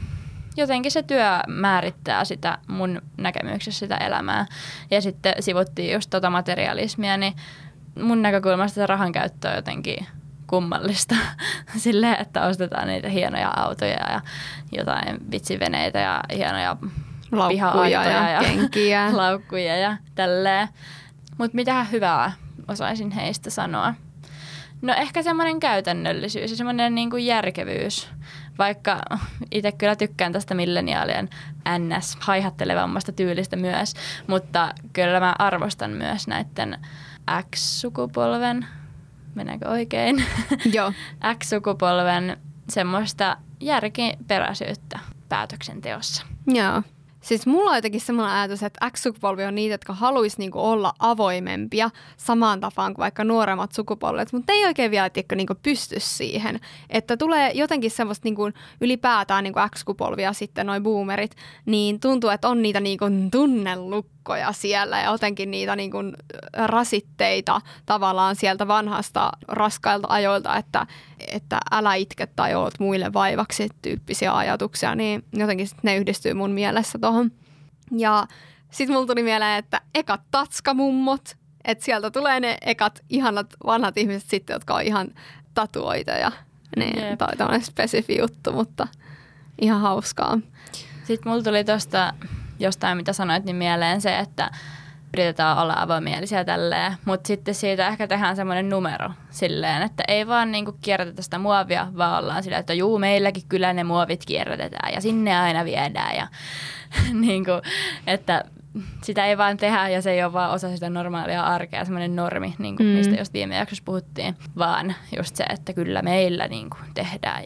jotenkin se työ määrittää sitä mun näkemyksessä sitä elämää. Ja sitten sivuttiin just materialismia, niin mun näkökulmasta se rahan käyttö on jotenkin kummallista silleen, että ostetaan niitä hienoja autoja ja jotain vitsiveneitä ja hienoja laukkuja ja kenkiä. laukkuja ja tälleen. Mutta mitähän hyvää osaisin heistä sanoa? No ehkä semmoinen käytännöllisyys ja semmoinen niinku järkevyys. Vaikka itse kyllä tykkään tästä milleniaalien NS-haihattelevammasta tyylistä myös, mutta kyllä mä arvostan myös näiden X-sukupolven, mennäänkö oikein? Joo. X-sukupolven semmoista järkiperäisyyttä päätöksenteossa. Joo. Siis mulla on jotenkin semmoinen ajatus, että X-sukupolvi on niitä, jotka haluaisi niinku olla avoimempia samaan tapaan kuin vaikka nuoremmat sukupolvet, mutta ei oikein vielä niinku pysty siihen. Että tulee jotenkin semmoista niinku ylipäätään niinku X-sukupolvia sitten noi boomerit, niin tuntuu, että on niitä niinku tunnelukkoja siellä ja jotenkin niitä niinku rasitteita tavallaan sieltä vanhasta raskailta ajoilta, että älä itke tai oot muille vaivaksi tyyppisiä ajatuksia, niin jotenkin ne yhdistyy mun mielessä tohon. Ja sit mulla tuli mieleen, että ekat tatskamummot, että sieltä tulee ne ekat ihanat vanhat ihmiset sitten, jotka on ihan tatuoita niin, tai tämmöinen spesifi juttu, mutta ihan hauskaa. Sitten mulla tuli tuosta jostain, mitä sanoit, niin mieleen se, että yritetään olla avoimielisiä tälleen, mutta sitten siitä ehkä tehdään semmoinen numero silleen, että ei vaan niinku kierrätetä sitä muovia, vaan ollaan silleen, että juu, meilläkin kyllä ne muovit kierrätetään ja sinne aina viedään ja niinku, että sitä ei vaan tehdä ja se ei ole vaan osa sitä normaalia arkea, semmoinen normi, niinku, mistä just viime jaksossa puhuttiin, vaan just se, että kyllä meillä niinku tehdään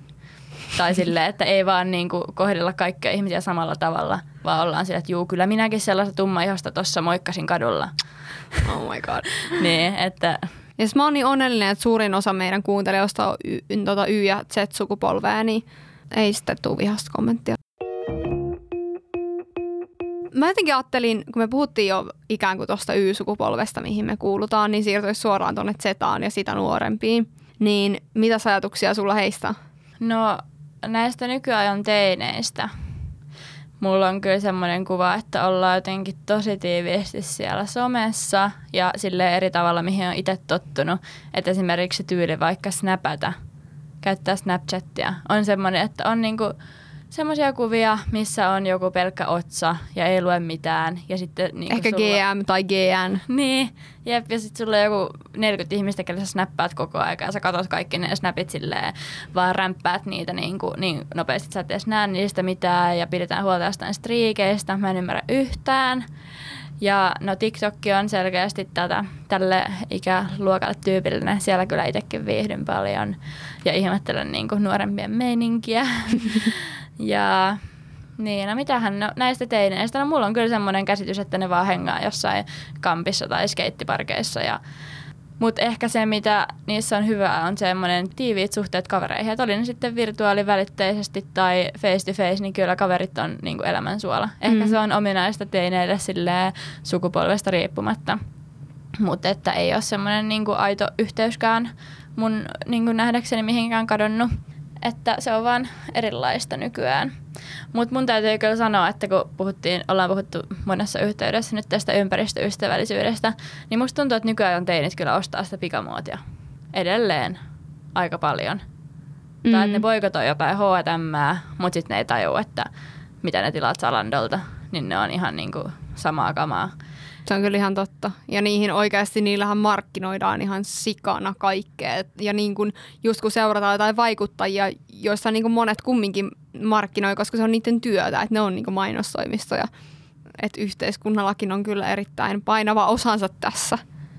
tai silleen, että ei vaan niinku kohdella kaikkia ihmisiä samalla tavalla, vaan ollaan silleen, että juu, kyllä minäkin sellaista tummaihosta tuossa moikkasin kadulla. Oh my god. Niin, että... Ja mä oon niin onnellinen, että suurin osa meidän kuuntelijoista on Y- ja Z-sukupolvea, niin ei sitten tule vihasta kommenttia. Mä jotenkin ajattelin, kun me puhuttiin jo ikään kuin tuosta Y-sukupolvesta, mihin me kuulutaan, niin siirtyisi suoraan tuonne Z:aan ja sitä nuorempiin. Niin mitä ajatuksia sulla heistä? No näistä nykyajan teineistä. Mulla on kyllä semmoinen kuva, että ollaan jotenkin tosi tiiviisti siellä somessa ja sille eri tavalla, mihin on itse tottunut. Että esimerkiksi se tyyli vaikka snapata, käyttää Snapchatia, on semmoinen, että on niinku semmoisia kuvia, missä on joku pelkkä otsa ja ei lue mitään. Ja sitten niinku ehkä sulla... GM tai GN. Niin, jep, ja sitten sulla on joku 40 ihmistä, kelle sä snappaat koko aika ja sä katot kaikki ne snapit silleen, vaan rämppäät niitä niin nopeasti, että sä et edes näe niistä mitään ja pidetään huolta jostain striikeistä. Mä en ymmärrä yhtään. Ja no TikTok on selkeästi tälle ikäluokalle tyypillinen. Siellä kyllä itsekin viihdyn paljon ja ihmettelen niin kuin nuorempien meininkiä. Ja niin, no mitähän näistä teineistä? No mulla on kyllä semmoinen käsitys, että ne vaan hengaa jossain kampissa tai skeittiparkeissa. Mutta ehkä se, mitä niissä on hyvää, on semmoinen tiiviit suhteet kavereihin. Että oli ne sitten virtuaalivälitteisesti tai face to face, niin kyllä kaverit on niin kuin elämänsuola. Ehkä se on ominaista teineille silleen sukupolvesta riippumatta. Mutta että ei ole semmoinen niin kuin aito yhteyskään mun niin kuin nähdäkseni mihinkään kadonnut. Että se on vaan erilaista nykyään. Mutta mun täytyy kyllä sanoa, että kun ollaan puhuttu monessa yhteydessä nyt tästä ympäristöystävällisyydestä, niin musta tuntuu, että nykyään teinit kyllä ostaa sitä pikamuotia edelleen aika paljon. Tai että ne boikotoi jotain H&M:ää, mutta sitten ne ei tajua, että mitä ne tilaat Zalandolta, niin ne on ihan niinku samaa kamaa. Se on kyllä ihan totta. Ja niihin oikeasti, niillähän markkinoidaan ihan sikana kaikkea. Ja niin kuin, just kun seurataan jotain vaikuttajia, joissa niin kuin monet kumminkin markkinoi, koska se on niiden työtä, että ne on niin kuin mainostoimistoja. Että yhteiskunnallakin on kyllä erittäin painava osansa tässä.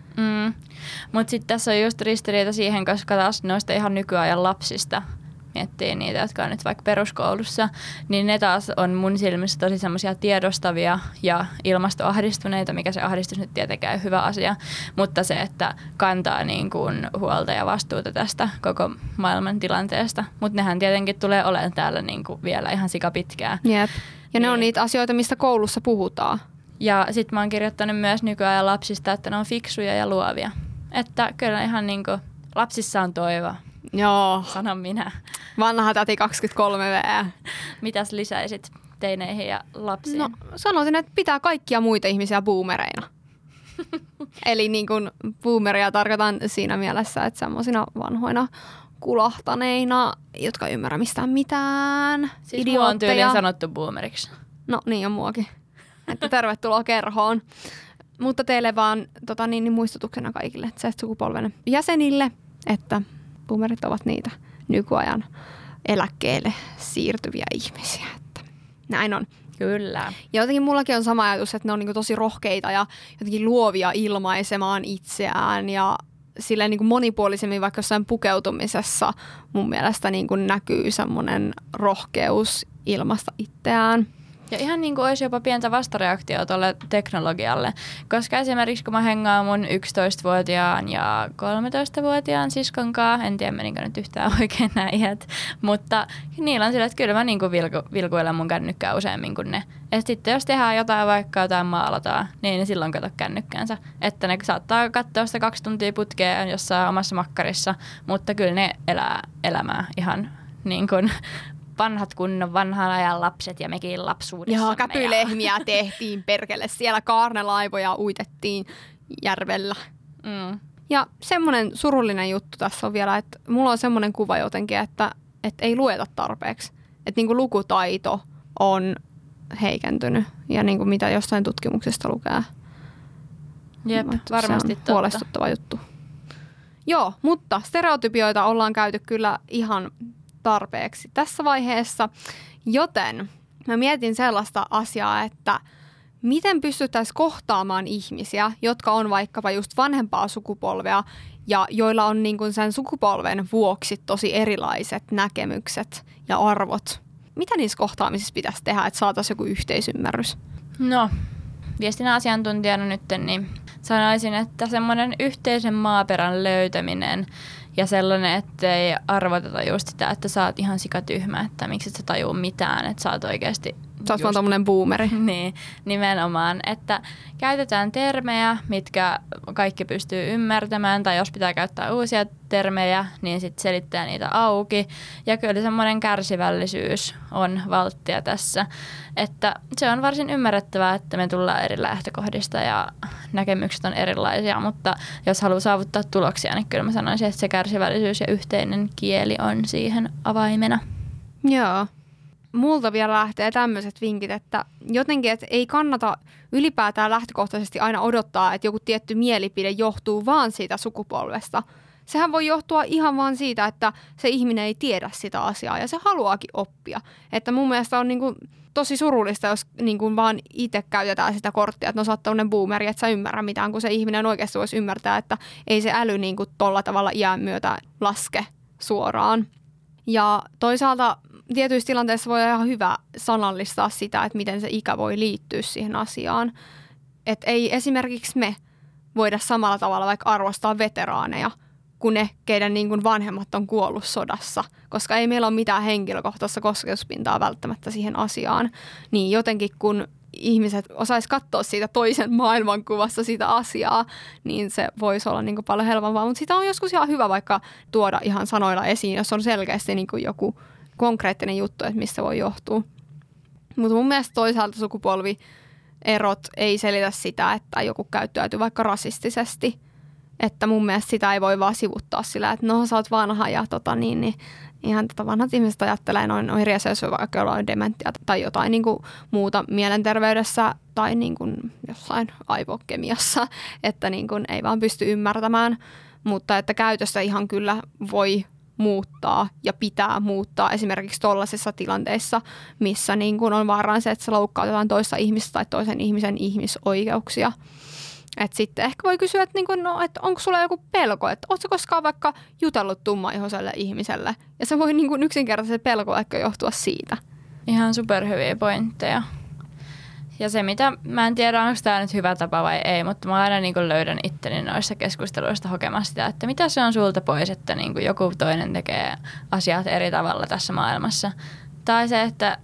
Mutta sitten tässä on just ristiriita siihen, koska taas noista ihan nykyajan lapsista miettii niitä, jotka on nyt vaikka peruskoulussa, niin ne taas on mun silmissä tosi semmoisia tiedostavia ja ilmastoahdistuneita, mikä se ahdistus nyt tietenkään hyvä asia, mutta se, että kantaa niin kuin huolta ja vastuuta tästä koko maailman tilanteesta. Mutta nehän tietenkin tulee olemaan täällä niin kuin vielä ihan sikapitkään. Jep. Ja ne on niitä asioita, mistä koulussa puhutaan. Ja sit mä oon kirjoittanut myös nykyajan lapsista, että ne on fiksuja ja luovia. Että kyllä ihan niin kuin lapsissa on toivoa. Joo. Sanon minä. Vanha täti 23V. Mitäs lisäisit teineihin ja lapsiin? No sanoisin, että pitää kaikkia muita ihmisiä boomereina. Eli niin kuin boomeria tarkoitan siinä mielessä, että semmoisina vanhoina kulahtaneina, jotka ei ymmärrä mistään mitään. Siis mua on tyyliin sanottu boomeriksi. No niin on muakin. Että tervetuloa kerhoon. Mutta teille vaan muistutuksena kaikille Z-sukupolven jäsenille, että boomerit ovat niitä nykyajan eläkkeelle siirtyviä ihmisiä. Että näin on. Kyllä. Ja jotenkin mullakin on sama ajatus, että ne on niin kuin tosi rohkeita ja jotenkin luovia ilmaisemaan itseään ja silleen niin kuin monipuolisemmin vaikka jossain pukeutumisessa mun mielestä niin kuin näkyy semmoinen rohkeus ilmaista itseään. Ja ihan niin kuin olisi jopa pientä vastareaktiota tuolle teknologialle, koska esimerkiksi kun mä hengaan mun 11-vuotiaan ja 13-vuotiaan siskon kanssa, en tiedä menikö nyt yhtään oikein nämä iät, mutta niillä on sillä, että kyllä mä niin kuin vilkuilen mun kännykkää useammin kuin ne. Et sitten jos tehdään jotain, vaikka jotain maalataan, niin ne silloin kato kännykkäänsä. Että ne saattaa katsoa sitä 2 tuntia putkea jossain omassa makkarissa, mutta kyllä ne elää elämää ihan niin kuin vanhat kunnon vanhan ajan lapset ja mekin lapsuudessamme. Joo, käpylehmiä tehtiin perkele. Siellä kaarnelaivoja uitettiin järvellä. Mm. Ja semmoinen surullinen juttu tässä on vielä, että mulla on semmoinen kuva jotenkin, että ei lueta tarpeeksi. Että niin kuin lukutaito on heikentynyt ja niin kuin mitä jossain tutkimuksesta lukee. Jep, varmasti se on huolestuttava juttu. Joo, mutta stereotypioita ollaan käyty kyllä ihan tarpeeksi tässä vaiheessa, joten mä mietin sellaista asiaa, että miten pystyttäisiin kohtaamaan ihmisiä, jotka on vaikkapa just vanhempaa sukupolvea ja joilla on niin kuin sen sukupolven vuoksi tosi erilaiset näkemykset ja arvot. Mitä niissä kohtaamisissa pitäisi tehdä, että saataisiin joku yhteisymmärrys? No, viestinnän asiantuntijana nyt niin sanoisin, että semmoinen yhteisen maaperän löytäminen ja sellainen, ettei arvoteta just sitä, että sä oot ihan sikatyhmä, että miksi et sä tajuu mitään, että sä oot oikeasti Sä oot vaan tommonen boomeri. Niin, nimenomaan, että käytetään termejä, mitkä kaikki pystyy ymmärtämään, tai jos pitää käyttää uusia termejä, niin sitten selittää niitä auki. Ja kyllä semmoinen kärsivällisyys on valttia tässä, että se on varsin ymmärrettävää, että me tullaan eri lähtökohdista ja näkemykset on erilaisia, mutta jos haluaa saavuttaa tuloksia, niin kyllä mä sanoisin, että se kärsivällisyys ja yhteinen kieli on siihen avaimena. Joo. Multa vielä lähtee tämmöiset vinkit, että jotenkin, että ei kannata ylipäätään lähtökohtaisesti aina odottaa, että joku tietty mielipide johtuu vaan siitä sukupolvesta. Sehän voi johtua ihan vaan siitä, että se ihminen ei tiedä sitä asiaa ja se haluaakin oppia. Että mun mielestä on niinku tosi surullista, jos niinku vaan itse käytetään sitä korttia, että no sä oot tämmöinen boomeri, että sä ymmärrä mitään, kun se ihminen oikeasti voisi ymmärtää, että ei se äly niinku tolla tavalla iän myötä laske suoraan. Ja toisaalta tietyissä tilanteissa voi olla ihan hyvä sanallistaa sitä, että miten se ikä voi liittyä siihen asiaan. Että ei esimerkiksi me voida samalla tavalla vaikka arvostaa veteraaneja kuin ne, keiden niin kuin vanhemmat on kuollut sodassa, koska ei meillä ole mitään henkilökohtaista kosketuspintaa välttämättä siihen asiaan. Niin jotenkin kun ihmiset osais katsoa siitä toisen maailmankuvassa sitä asiaa, niin se voisi olla niin kuin paljon helpompaa. Mutta sitä on joskus ihan hyvä vaikka tuoda ihan sanoilla esiin, jos on selkeästi niin kuin joku konkreettinen juttu, että mistä voi johtua. Mutta mun mielestä toisaalta sukupolvierot ei selitä sitä, että joku käyttäytyy vaikka rasistisesti. Että mun mielestä sitä ei voi vaan sivuttaa sillä, että no sä oot vanha ja niin ihan vanhat ihmiset ajattelee noin eri asioissa, vaikka jollain dementia tai jotain niin kuin muuta mielenterveydessä tai niin kuin jossain aivokemiassa, että niin kuin ei vaan pysty ymmärtämään, mutta että käytössä ihan kyllä voi muuttaa ja pitää muuttaa esimerkiksi tollaisissa tilanteissa, missä niin kuin on vaarana se, että se loukkaa jotain toista ihmistä tai toisen ihmisen ihmisoikeuksia. Että sitten ehkä voi kysyä, että, että onko sulla joku pelko, että ootko koskaan vaikka jutellut tummaihoiselle ihmiselle? Ja se voi yksinkertaisesti pelko ehkä johtua siitä. Ihan superhyviä pointteja. Ja se, mitä mä en tiedä, onko tämä nyt hyvä tapa vai ei, mutta mä aina löydän itteni noissa keskusteluista hokemassa sitä, että mitä se on sulta pois, että joku toinen tekee asiat eri tavalla tässä maailmassa. Tai se, että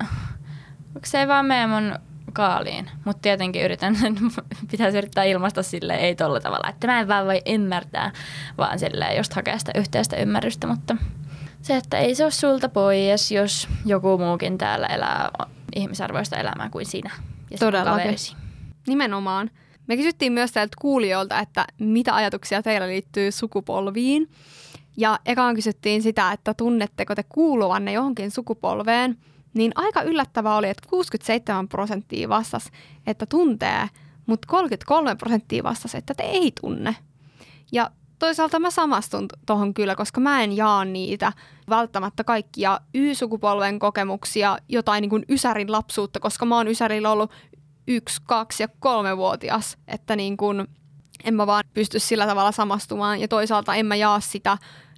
se ei vaan mene mun kaaliin, mutta tietenkin pitäisi yrittää ilmaista silleen, ei tolla tavalla, että mä en vaan voi ymmärtää, vaan silleen just hakea sitä yhteistä ymmärrystä, mutta se, että ei se ole sulta pois, jos joku muukin täällä elää ihmisarvoista elämää kuin sinä ja sinun kaverisi. Nimenomaan. Me kysyttiin myös teiltä kuulijoilta, että mitä ajatuksia teillä liittyy sukupolviin. Ja ekaan kysyttiin sitä, että tunnetteko te kuuluvanne johonkin sukupolveen. Niin aika yllättävää oli, että 67% vastasi, että tuntee, mutta 33% vastasi, että te ei tunne. Ja toisaalta mä samastun tohon kyllä, koska mä en jaa niitä välttämättä kaikkia Y-sukupolven kokemuksia, jotain niin kuin Ysärin lapsuutta, koska mä oon Ysärillä ollut 1, 2 ja 3-vuotias, että niin kuin en mä vaan pysty sillä tavalla samastumaan. Ja toisaalta en mä jaa sitä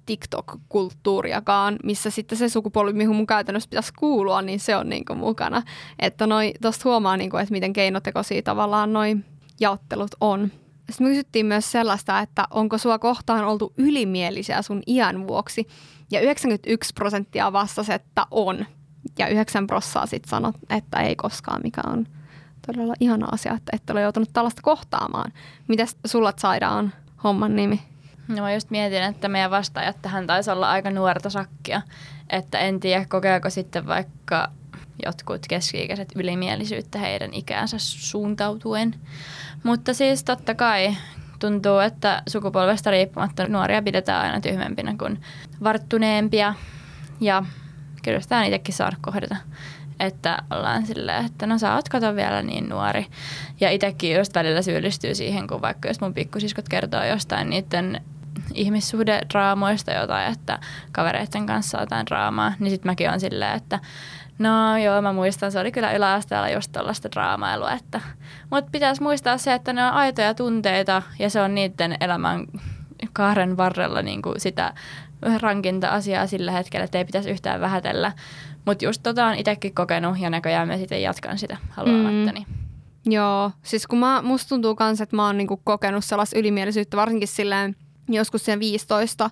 TikTok-kulttuuriakaan, missä sitten se sukupolvi, mihin mun käytännössä pitäisi kuulua, niin se on niin kuin mukana. Että tosta huomaa, niin kuin, että miten keinotekoisia tavallaan noi jaottelut on. Sitten me kysyttiin myös sellaista, että onko sua kohtaan oltu ylimielisiä sun iän vuoksi. Ja 91% vastasi, että on. Ja 9% sitten sanoi, että ei koskaan, mikä on todella ihana asia, että et ole joutunut tällaista kohtaamaan. Mitäs sulla Zaida on homman nimi? No mä just mietin, että meidän vastaajat tähän taisi olla aika nuorta sakkia. Että en tiedä, kokeeko sitten vaikka jotkut keski-ikäiset ylimielisyyttä heidän ikäänsä suuntautuen. Mutta siis totta kai tuntuu, että sukupolvesta riippumatta nuoria pidetään aina tyhmempinä kuin varttuneempia. Ja kyllä sitä on itsekin saanut kohdata. Että ollaan silleen, että no sä oot kato vielä niin nuori. Ja itsekin just välillä syyllistyy siihen, kun vaikka jos mun pikkusiskot kertoo jostain niiden ihmissuhdedraamoista jotain, että kavereiden kanssa jotain draamaa, niin sit mäkin on silleen, että no joo, mä muistan, se oli kyllä yläasteella just tollaista draamailua. Mutta pitäisi muistaa se, että ne on aitoja tunteita ja se on niiden elämän kaaren varrella niin kuin sitä rankinta asiaa sillä hetkellä, että ei pitäisi yhtään vähätellä. Mutta just on itsekin kokenut ja näköjään mä sitten jatkan sitä haluamattani. Joo, siis kun musta tuntuu kans, että mä oon niinku kokenut sellaista ylimielisyyttä, varsinkin silleen joskus sen 15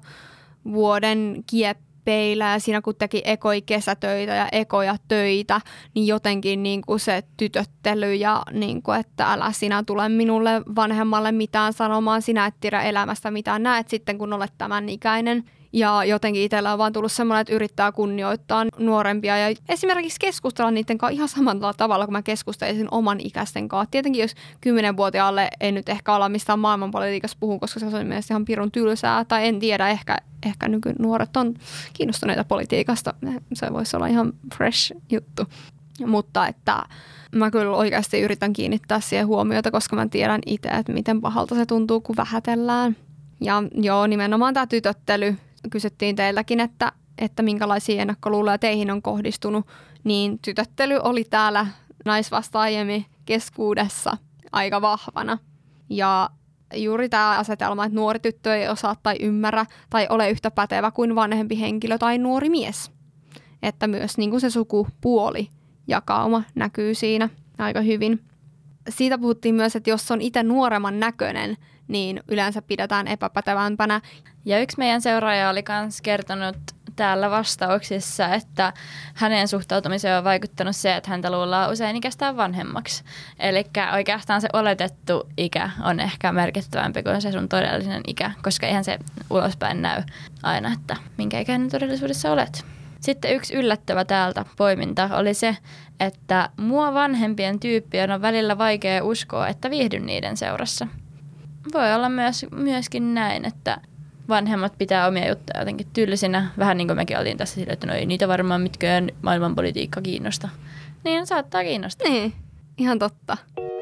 vuoden kieppeillä ja siinä kun teki ekoi kesätöitä ja ekoja töitä, niin jotenkin niinku se tytöttely ja niinku, että älä sinä tule minulle vanhemmalle mitään sanomaan, sinä et tiedä elämästä mitään näet sitten, kun olet tämän ikäinen. Ja jotenkin itsellä on vaan tullut semmoinen, että yrittää kunnioittaa nuorempia ja esimerkiksi keskustella niiden kanssa ihan samalla tavalla, kun mä keskustelisin oman ikäisten kanssa. Tietenkin jos 10-vuotiaalle ei nyt ehkä ala mistään maailmanpolitiikassa puhua, koska se on mielestäni ihan pirun tylsää, tai en tiedä, ehkä nykynuoret on kiinnostuneita politiikasta. Se voisi olla ihan fresh juttu. Mutta että mä kyllä oikeasti yritän kiinnittää siihen huomiota, koska mä tiedän itse, että miten pahalta se tuntuu, kun vähätellään. Ja joo, nimenomaan tämä tytöttely. Kysyttiin teiltäkin, että minkälaisia ennakkoluuloja teihin on kohdistunut, niin tytöttely oli täällä naisvastaajien keskuudessa aika vahvana. Ja juuri tämä asetelma, että nuori tyttö ei osaa tai ymmärrä tai ole yhtä pätevä kuin vanhempi henkilö tai nuori mies. Että myös niin kuin se sukupuoli jakauma näkyy siinä aika hyvin. Siitä puhuttiin myös, että jos on itse nuoremman näköinen, niin yleensä pidetään epäpätevämpänä. Ja yksi meidän seuraaja oli myös kertonut täällä vastauksissa, että hänen suhtautumiseen on vaikuttanut se, että häntä luullaan usein ikästään vanhemmaksi. Eli oikeastaan se oletettu ikä on ehkä merkittävämpi kuin se sun todellinen ikä, koska eihän se ulospäin näy aina, että minkä ikäinen todellisuudessa olet. Sitten yksi yllättävä täältä poiminta oli se, että mua vanhempien tyyppien on välillä vaikea uskoa, että viihdyn niiden seurassa. Voi olla myöskin näin, että vanhemmat pitää omia juttuja jotenkin tylsinä. Vähän niin kuin mekin oltiin tässä sillä, että no ei niitä varmaan mitkään maailmanpolitiikka kiinnosta. Niin saattaa kiinnostaa. Niin, ihan totta.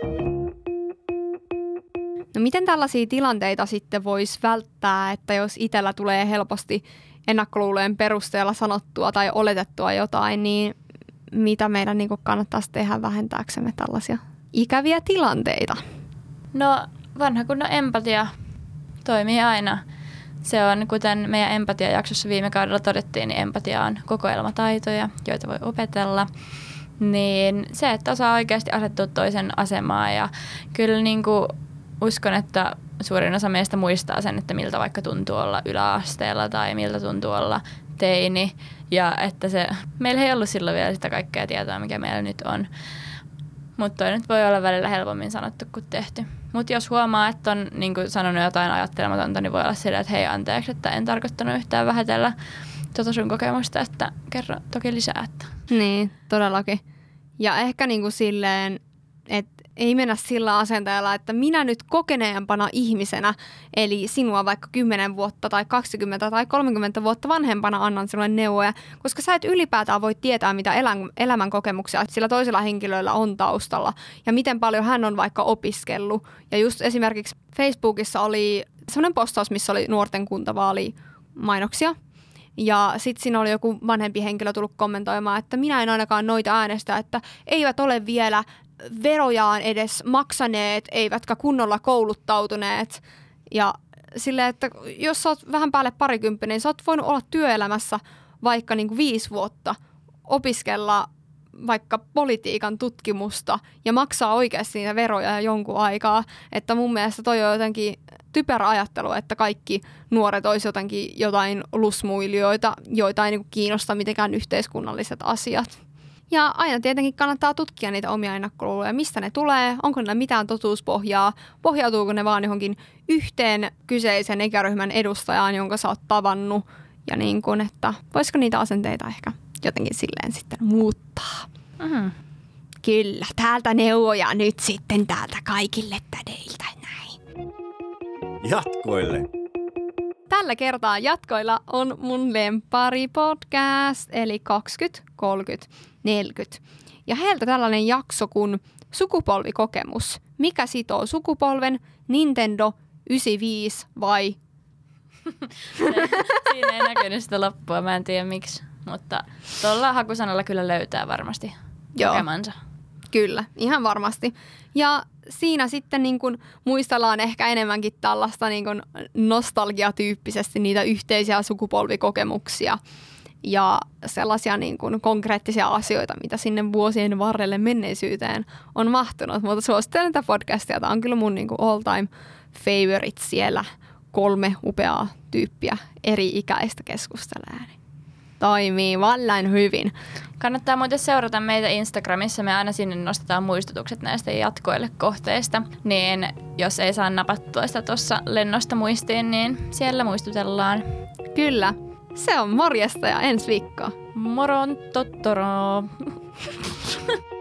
No miten tällaisia tilanteita sitten voisi välttää, että jos itsellä tulee helposti ennakkoluulojen perusteella sanottua tai oletettua jotain, niin mitä meidän niin kannattaisi tehdä vähentääksemme tällaisia ikäviä tilanteita? No vanha kunnon empatia toimii aina. Se on, kuten meidän empatiajaksossa viime kaudella todettiin, niin empatia on kokoelmataitoja, joita voi opetella. Niin se, että osaa oikeasti asettua toisen asemaan ja kyllä niin kuin uskon, että suurin osa meistä muistaa sen, että miltä vaikka tuntuu olla yläasteella tai miltä tuntuu olla teini. Ja että meillä ei ollut silloin vielä sitä kaikkea tietoa, mikä meillä nyt on. Mutta toi nyt voi olla välillä helpommin sanottu kuin tehty. Mutta jos huomaa, että on niin kuin sanonut jotain ajattelematonta, niin voi olla sillä, että hei anteeksi, että en tarkoittanut yhtään vähätellä. sun kokemusta, että kerro toki lisää. Että. Niin, todellakin. Ja ehkä niinku silleen, että ei mennä sillä asenteella, että minä nyt kokeneempana ihmisenä, eli sinua vaikka 10 vuotta tai 20 tai 30 vuotta vanhempana annan sinulle neuvoja, koska sä et ylipäätään voi tietää, mitä elämän kokemuksia sillä toisella henkilöllä on taustalla ja miten paljon hän on vaikka opiskellut. Ja just esimerkiksi Facebookissa oli sellainen postaus, missä oli nuorten kuntavaalimainoksia. Ja sitten siinä oli joku vanhempi henkilö tullut kommentoimaan, että minä en ainakaan noita äänestä, että eivät ole vielä verojaan edes maksaneet, eivätkä kunnolla kouluttautuneet. Ja silleen, että jos sä oot vähän päälle parikymppinen, niin sä oot voinut olla työelämässä vaikka niin kuin 5 vuotta, opiskella vaikka politiikan tutkimusta ja maksaa oikeasti niitä veroja jonkun aikaa. Että mun mielestä toi on jotenkin typerä ajattelu, että kaikki nuoret olisi jotenkin jotain lusmuilijoita, joita ei niin kuin kiinnosta mitenkään yhteiskunnalliset asiat. Ja aina tietenkin kannattaa tutkia niitä omia ennakkoluuloja, mistä ne tulee, onko niillä mitään totuuspohjaa, pohjautuuko ne vaan johonkin yhteen kyseisen ikäryhmän edustajaan, jonka sä oot tavannut, ja niin kuin, että voisiko niitä asenteita ehkä jotenkin silleen sitten muuttaa. Mm-hmm. Kyllä, täältä neuvoja nyt sitten täältä kaikille tädeiltä näin. Jatkoille. Tällä kertaa jatkoilla on mun lempari podcast, eli 20, 30, 40. Ja heiltä tällainen jakso kuin sukupolvikokemus. Mikä sitoo sukupolven, Nintendo 95 vai? Siinä ei näkynyt sitä loppua, mä en tiedä miksi. Mutta tuolla hakusanalla kyllä löytää varmasti kokemansa. Kyllä, ihan varmasti. Ja siinä sitten niin kuin muistellaan ehkä enemmänkin tällaista niin kuin nostalgiatyyppisesti niitä yhteisiä sukupolvikokemuksia ja sellaisia niin kuin konkreettisia asioita, mitä sinne vuosien varrelle menneisyyteen on mahtunut. Mutta suosittelen tätä podcastia. Tämä on kyllä mun niin kuin all time favorite siellä. 3 upeaa tyyppiä eri ikäistä keskustelee. Toimii vallan hyvin. Kannattaa muuten seurata meitä Instagramissa. Me aina sinne nostetaan muistutukset näistä jatkoille kohteista. Niin jos ei saa napattua sitä tuossa lennosta muistiin, niin siellä muistutellaan. Kyllä. Se on morjesta ja ensi viikkoa. Moron tottoro.